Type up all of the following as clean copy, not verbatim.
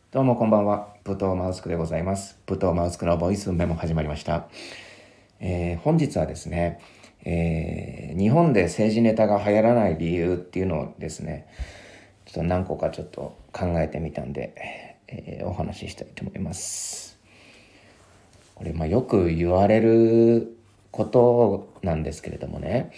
どうもこんばんは。武藤マウスクでございます。武藤マウスクのボイスメモ始まりました。本日はですね、日本で政治ネタが流行らない理由っていうのをですね、ちょっと何個かちょっと考えてみたんで、お話ししたいと思います。これよく言われることなんですけれどもね、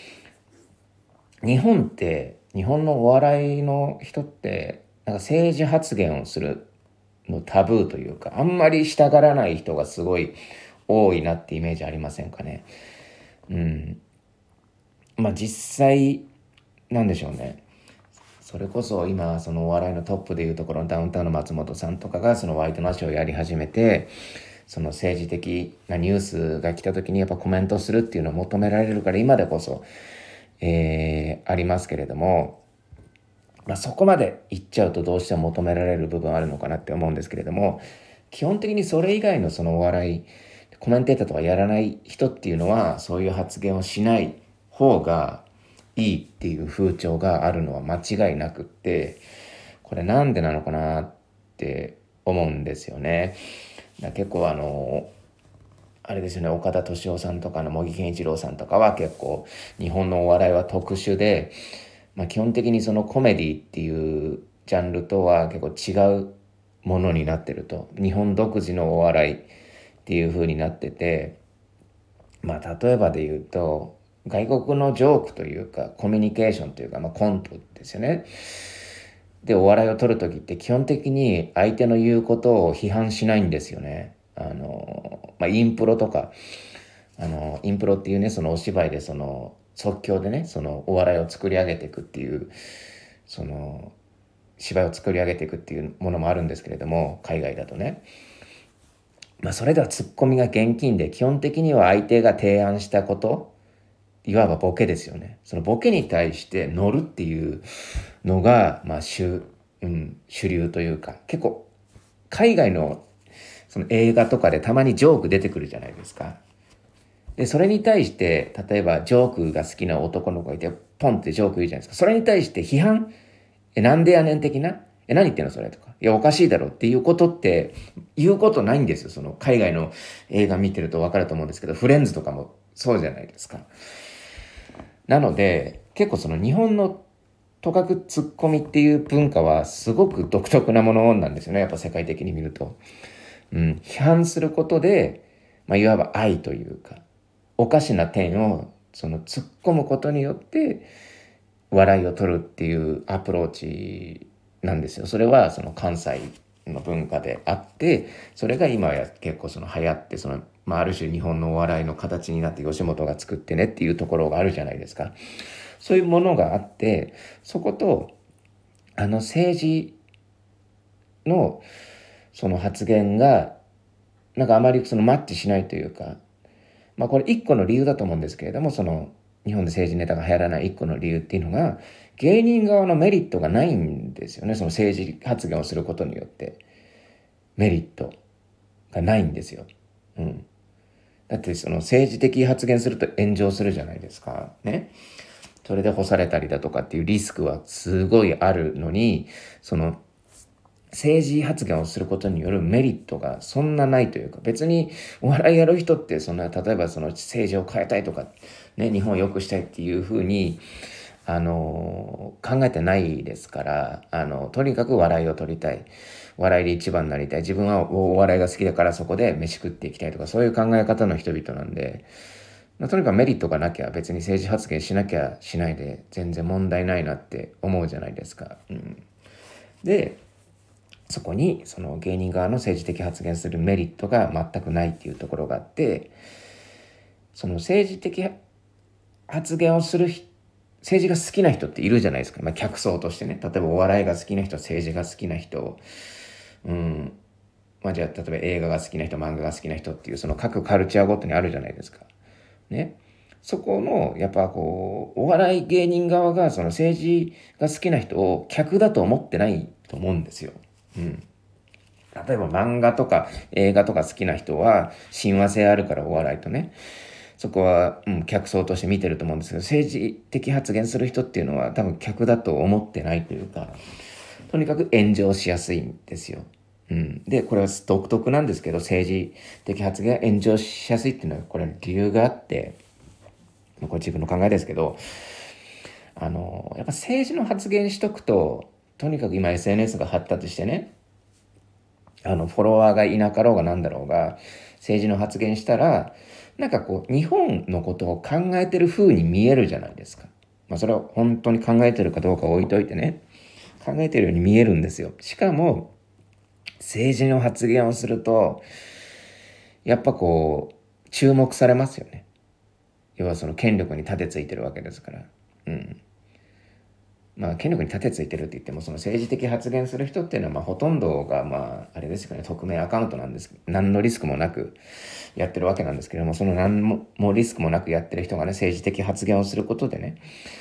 日本のお笑いの人ってなんか政治発言をするのタブーというか、あんまりしたがらない人がすごい多いなってイメージありませんかね。うん。実際なんでしょうね。それこそ今そのお笑いのトップでいうところのダウンタウンの松本さんとかがそのワイドナショーをやり始めて、その政治的なニュースが来た時にやっぱコメントするっていうのを求められるから今でこそ、ありますけれども、そこまで言っちゃうとどうしても求められる部分あるのかなって思うんですけれども、基本的にそれ以外のそのお笑いコメンテーターとかやらない人っていうのはそういう発言をしない方がいいっていう風潮があるのは間違いなくって、これなんでなのかなって思うんですよね。結構あれですよね、岡田敏夫さんとかの茂木健一郎さんとかは結構日本のお笑いは特殊で、基本的にそのコメディっていうジャンルとは結構違うものになってると、日本独自のお笑いっていう風になってて、例えばで言うと外国のジョークというかコミュニケーションというか、コントですよね。でお笑いを取る時って基本的に相手の言うことを批判しないんですよね。インプロとかインプロっていうね、そのお芝居でその即興でね、そのお笑いを作り上げていくっていう、その芝居を作り上げていくっていうものもあるんですけれども、海外だとね、それではツッコミが現金で、基本的には相手が提案したこと、いわばボケですよね。そのボケに対して乗るっていうのが、主流というか、結構海外のその映画とかでたまにジョーク出てくるじゃないですか。で、それに対して、例えばジョークが好きな男の子がいて、ポンってジョーク言うじゃないですか。それに対して批判、なんでやねん的な、何言ってんのそれとか。おかしいだろっていうことって、言うことないんですよ。その海外の映画見てると分かると思うんですけど、フレンズとかもそうじゃないですか。なので、結構その日本のとかくツッコミっていう文化はすごく独特なものなんですよね。やっぱ世界的に見ると。批判することで、いわば愛というか、おかしな点をその突っ込むことによって笑いを取るっていうアプローチなんですよ。それはその関西の文化であって、それが今や結構その流行って、そのある種日本のお笑いの形になって吉本が作ってねっていうところがあるじゃないですか。そういうものがあって、そこと政治のその発言がなんかあまりそのマッチしないというか、これ一個の理由だと思うんですけれども、その日本で政治ネタが流行らない一個の理由っていうのが、芸人側のメリットがないんですよね。その政治発言をすることによってメリットがないんですよ。うん。だってその政治的発言すると炎上するじゃないですか。ね。それで干されたりだとかっていうリスクはすごいあるのに、その政治発言をすることによるメリットがそんなないというか、別にお笑いやる人ってそんな、例えばその政治を変えたいとか、ね、日本を良くしたいっていうふうに、考えてないですから、とにかく笑いを取りたい。笑いで一番になりたい。自分はお笑いが好きだからそこで飯食っていきたいとか、そういう考え方の人々なんで、とにかくメリットがなきゃ別に政治発言しなきゃしないで全然問題ないなって思うじゃないですか。で、そこにその芸人側の政治的発言するメリットが全くないっていうところがあって、その政治的発言をする政治が好きな人っているじゃないですか。客層としてね。例えばお笑いが好きな人、政治が好きな人、うん。じゃあ例えば映画が好きな人、漫画が好きな人っていうその各カルチャーごとにあるじゃないですか。ね。そこのやっぱこうお笑い芸人側がその政治が好きな人を客だと思ってないと思うんですよ。うん。例えば漫画とか映画とか好きな人は親和性あるからお笑いとね、そこは、客層として見てると思うんですけど、政治的発言する人っていうのは多分客だと思ってないというか、とにかく炎上しやすいんですよ。 で、これは独特なんですけど、政治的発言が炎上しやすいっていうのは、これは理由があって、これ自分の考えですけど、やっぱ政治の発言しとくと、とにかく今 SNS が発達してね、フォロワーがいなかろうがなんだろうが、政治の発言したら、なんかこう、日本のことを考えてる風に見えるじゃないですか。まあ、それは本当に考えてるかどうか置いといてね、考えてるように見えるんですよ。しかも、政治の発言をすると、やっぱこう、注目されますよね。要はその権力に盾ついてるわけですから。まあ、権力に盾ついてるって言っても、その政治的発言する人っていうのは、まあ、ほとんどが、まあ、あれですよね、匿名アカウントなんです。何のリスクもなくやってるわけなんですけれども、その何もリスクもなくやってる人がね、政治的発言をすることでね、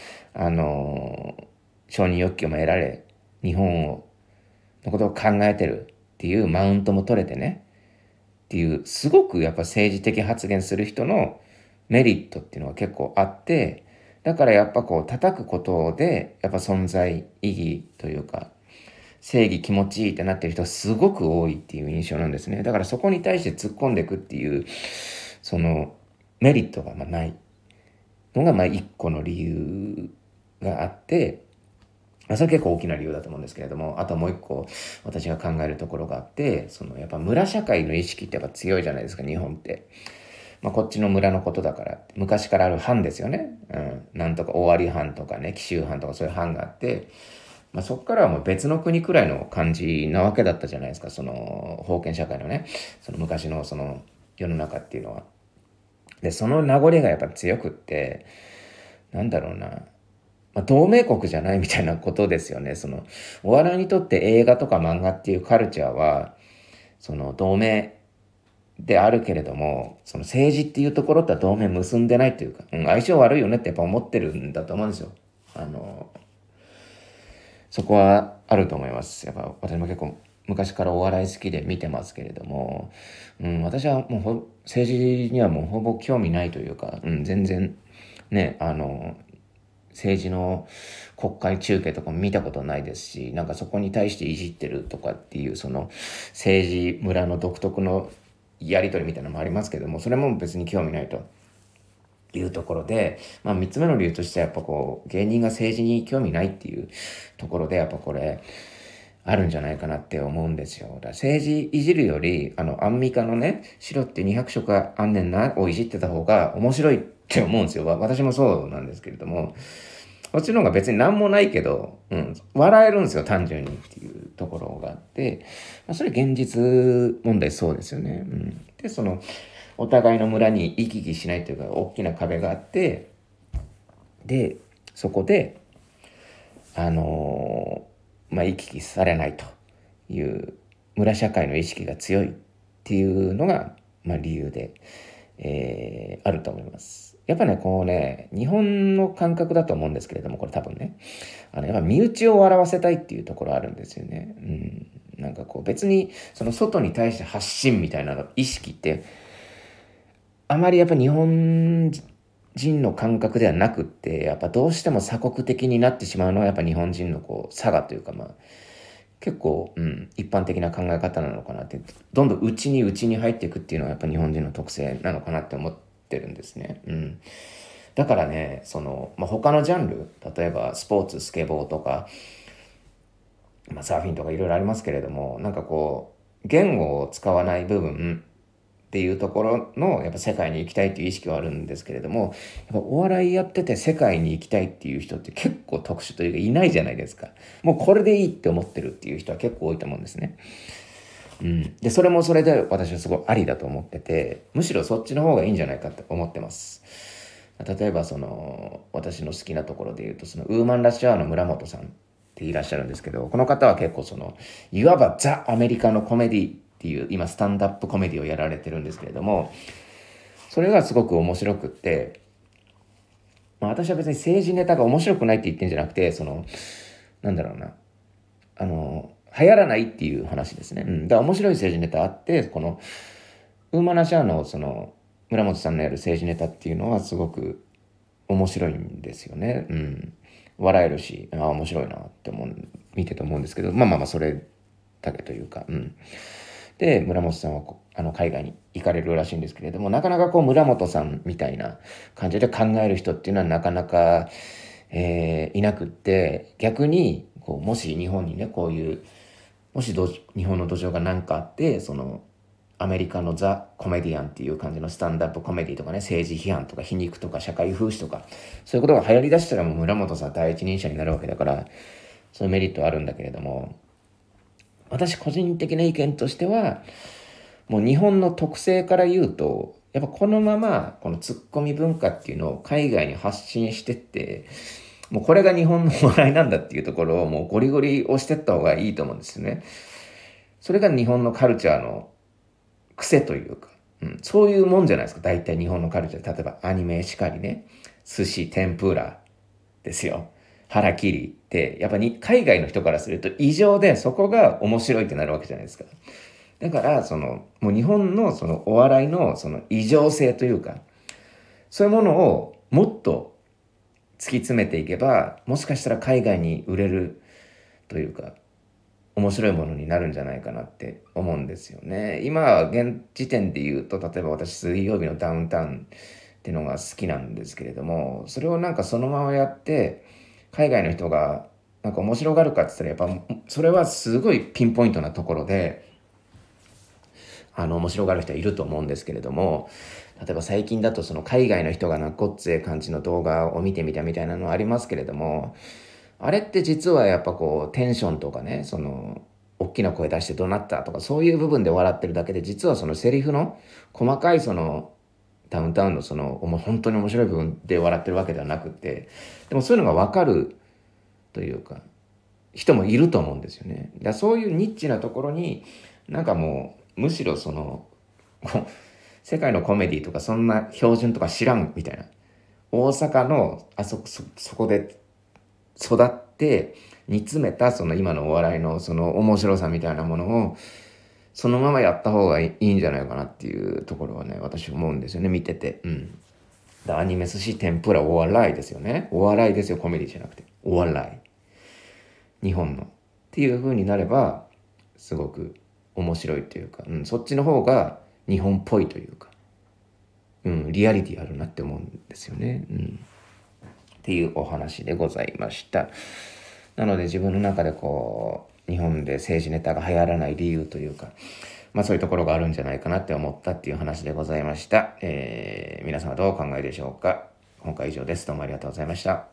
承認欲求も得られ、日本のことを考えてるっていうマウントも取れてね、っていう、すごくやっぱ政治的発言する人のメリットっていうのは結構あって、だからやっぱこう叩くことでやっぱ存在意義というか正義気持ちいいってなってる人はすごく多いっていう印象なんですね。だからそこに対して突っ込んでいくっていうそのメリットがまあないのがまあ一個の理由があって、それ結構大きな理由だと思うんですけれども、あともう一個私が考えるところがあって、そのやっぱ村社会の意識ってやっぱ強いじゃないですか、日本って。まあ、こっちの村のことだからって昔からある藩ですよね。なんとか尾張藩とかね、紀州藩とかそういう藩があって、まあ、そこからはもう別の国くらいの感じなわけだったじゃないですか、その封建社会のね、その昔のその世の中っていうのは。で、その名残がやっぱ強くって、なんだろうな、まあ、同盟国じゃないみたいなことですよね。そのお笑いにとって映画とか漫画っていうカルチャーはその同盟であるけれども、その政治っていうところとは同盟結んでないというか、相性悪いよねってやっぱ思ってるんだと思うんですよ。そこはあると思います。やっぱ私も結構昔からお笑い好きで見てますけれども、私はもう政治にはもうほぼ興味ないというか、全然ね、政治の国会中継とかも見たことないですし、なんかそこに対していじってるとかっていうその政治村の独特のやり取りみたいなのもありますけども、それも別に興味ないというところで、まあ3つ目の理由としてはやっぱこう芸人が政治に興味ないっていうところでやっぱこれあるんじゃないかなって思うんですよ。だから政治いじるよりアンミカのね白って200色あんねんなをいじってた方が面白いって思うんですよ。私もそうなんですけれども、こっちの方が別に何もないけど、笑えるんですよ、単純にっていうところがあって、まあ、それ現実問題そうですよね。で、その、お互いの村に行き来しないというか、大きな壁があって、で、そこで、まあ、行き来されないという村社会の意識が強いっていうのが、まあ、理由で、あると思います。やっぱね、こうね、日本の感覚だと思うんですけれども、これ多分ね、やっぱ身内を笑わせたいっていうところあるんですよね。なんかこう別にその外に対して発信みたいな意識ってあまりやっぱ日本人の感覚ではなくって、やっぱどうしても鎖国的になってしまうのはやっぱ日本人のこう差がというか、まあ結構、一般的な考え方なのかなって、どんどん内に入っていくっていうのはやっぱ日本人の特性なのかなって思ってるんですね。だからね、その、まあ、他のジャンル、例えばスポーツ、スケボーとか、まあ、サーフィンとかいろいろありますけれども、なんかこう、言語を使わない部分っていうところの、やっぱ世界に行きたいっていう意識はあるんですけれども、やっぱお笑いやってて世界に行きたいっていう人って結構特殊というかいないじゃないですか。もうこれでいいって思ってるっていう人は結構多いと思うんですね。で、それもそれで私はすごいありだと思ってて、むしろそっちの方がいいんじゃないかって思ってます。例えばその、私の好きなところで言うと、そのウーマンラッシュアワーの村本さんっていらっしゃるんですけど、この方は結構その、いわばザ・アメリカのコメディっていう、今スタンダップコメディをやられてるんですけれども、それがすごく面白くって、まあ私は別に政治ネタが面白くないって言ってんじゃなくて、その、なんだろうな、流行らないっていう話ですね。だから面白い政治ネタあって、この、ウーマンラッシュアワーのその、村本さんのやる政治ネタっていうのはすごく面白いんですよね。笑えるし、面白いなって見てて思うんですけど、まあまあまあ、それけというか、で、村本さんは海外に行かれるらしいんですけれども、なかなか村本さんみたいな感じで考える人っていうのはなかなか、いなくって、逆に、もし日本にね、もし日本の土壌が何かあって、アメリカのザ・コメディアンっていう感じのスタンダップコメディとかね、政治批判とか皮肉とか社会風刺とか、そういうことが流行りだしたらもう村本さん第一人者になるわけだから、そういうメリットはあるんだけれども、私個人的な意見としては、もう日本の特性から言うと、やっぱこのままこのツッコミ文化っていうのを海外に発信してって、もうこれが日本のお笑いなんだっていうところをもうゴリゴリ押してった方がいいと思うんですよね。それが日本のカルチャーの癖というか、そういうもんじゃないですか。大体日本のカルチャー。例えばアニメしかりね、寿司、天ぷらですよ。腹切りって、やっぱり海外の人からすると異常で、そこが面白いってなるわけじゃないですか。だから、もう日本のお笑いの異常性というか、そういうものをもっと突き詰めていけば、もしかしたら海外に売れるというか、面白いものになるんじゃないかなって思うんですよね。今、現時点で言うと、例えば私、水曜日のダウンタウンっていうのが好きなんですけれども、それをなんかそのままやって、海外の人がなんか面白がるかって言ったら、やっぱそれはすごいピンポイントなところで、面白がる人はいると思うんですけれども、例えば最近だと海外の人がごっつええ感じの動画を見てみたみたいなのありますけれども、あれって実はやっぱテンションとかね、大きな声出して怒鳴ったとか、そういう部分で笑ってるだけで、実はセリフの細かいダウンタウンの本当に面白い部分で笑ってるわけではなくて、でもそういうのがわかるというか、人もいると思うんですよね。だからそういうニッチなところに、なんかもう、むしろ世界のコメディとかそんな標準とか知らんみたいな。大阪の、そこで育って煮詰めた今のお笑いの面白さみたいなものをそのままやった方がいいんじゃないかなっていうところはね、私思うんですよね、見てて。アニメ寿司天ぷらお笑いですよね。お笑いですよ、コメディじゃなくて。お笑い。日本の。っていう風になれば、すごく面白いというか、そっちの方が日本っぽいというか、リアリティあるなって思うんですよね。っていうお話でございました。なので自分の中で日本で政治ネタが流行らない理由というか、そういうところがあるんじゃないかなって思ったっていう話でございました。皆さんはどうお考えでしょうか。今回以上です。どうもありがとうございました。